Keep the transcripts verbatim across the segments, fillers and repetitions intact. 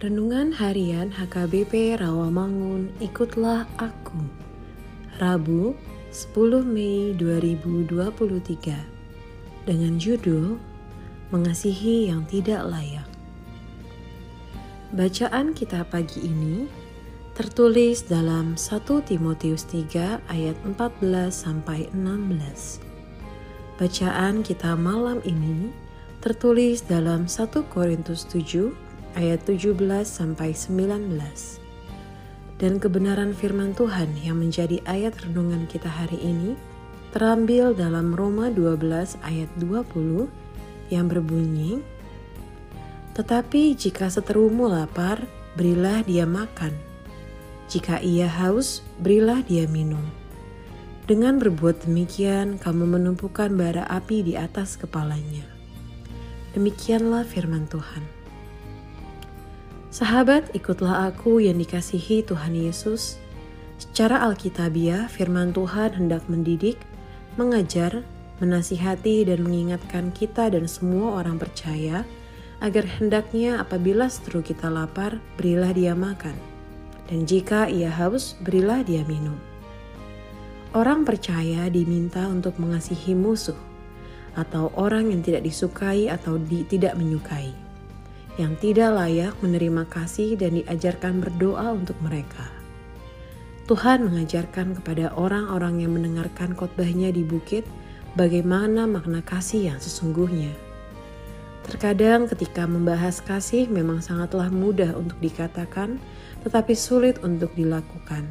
Renungan Harian H K B P Rawamangun, Ikutlah Aku. Rabu, sepuluh Mei dua ribu dua puluh tiga. Dengan judul Mengasihi yang Tidak Layak. Bacaan kita pagi ini tertulis dalam satu Timotius tiga ayat empat belas sampai enam belas. Bacaan kita malam ini tertulis dalam satu Korintus tujuh ayat tujuh belas sampai sembilan belas. Dan kebenaran firman Tuhan yang menjadi ayat renungan kita hari ini terambil dalam Roma dua belas ayat dua puluh yang berbunyi, "Tetapi jika seterumu lapar, berilah dia makan. Jika ia haus, berilah dia minum. Dengan berbuat demikian, kamu menumpukan bara api di atas kepalanya." Demikianlah firman Tuhan. Sahabat, ikutlah aku yang dikasihi Tuhan Yesus. Secara alkitabiah, firman Tuhan hendak mendidik, mengajar, menasihati dan mengingatkan kita dan semua orang percaya agar hendaknya apabila seteru kita lapar, berilah dia makan. Dan jika ia haus, berilah dia minum. Orang percaya diminta untuk mengasihi musuh atau orang yang tidak disukai atau di, tidak menyukai, yang tidak layak menerima kasih dan diajarkan berdoa untuk mereka. Tuhan mengajarkan kepada orang-orang yang mendengarkan khotbahnya di bukit bagaimana makna kasih yang sesungguhnya. Terkadang ketika membahas kasih memang sangatlah mudah untuk dikatakan, tetapi sulit untuk dilakukan.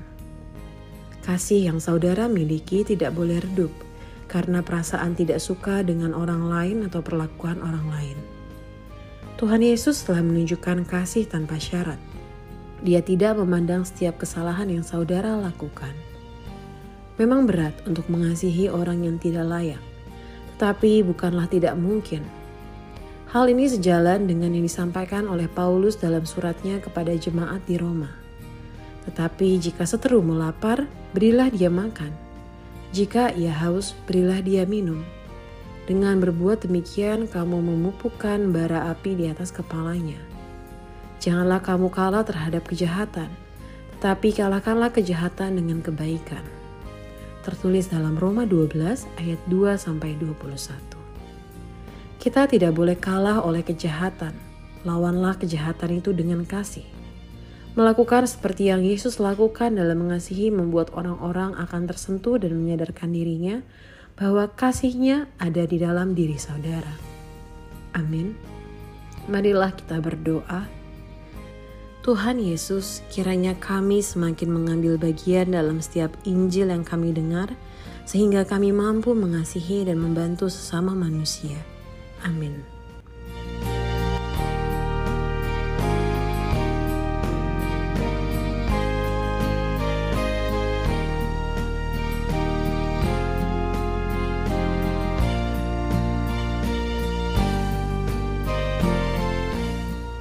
Kasih yang saudara miliki tidak boleh redup karena perasaan tidak suka dengan orang lain atau perlakuan orang lain. Tuhan Yesus telah menunjukkan kasih tanpa syarat. Dia tidak memandang setiap kesalahan yang saudara lakukan. Memang berat untuk mengasihi orang yang tidak layak, tetapi bukanlah tidak mungkin. Hal ini sejalan dengan yang disampaikan oleh Paulus dalam suratnya kepada jemaat di Roma. Tetapi jika seterumu lapar, berilah dia makan. Jika ia haus, berilah dia minum. Dengan berbuat demikian, kamu memupukkan bara api di atas kepalanya. Janganlah kamu kalah terhadap kejahatan, tetapi kalahkanlah kejahatan dengan kebaikan. Tertulis dalam Roma dua belas ayat dua sampai dua puluh satu. Kita tidak boleh kalah oleh kejahatan. Lawanlah kejahatan itu dengan kasih. Melakukan seperti yang Yesus lakukan dalam mengasihi membuat orang-orang akan tersentuh dan menyadarkan dirinya bahwa kasih-Nya ada di dalam diri saudara. Amin. Marilah kita berdoa. Tuhan Yesus, kiranya kami semakin mengambil bagian dalam setiap Injil yang kami dengar, sehingga kami mampu mengasihi dan membantu sesama manusia. Amin.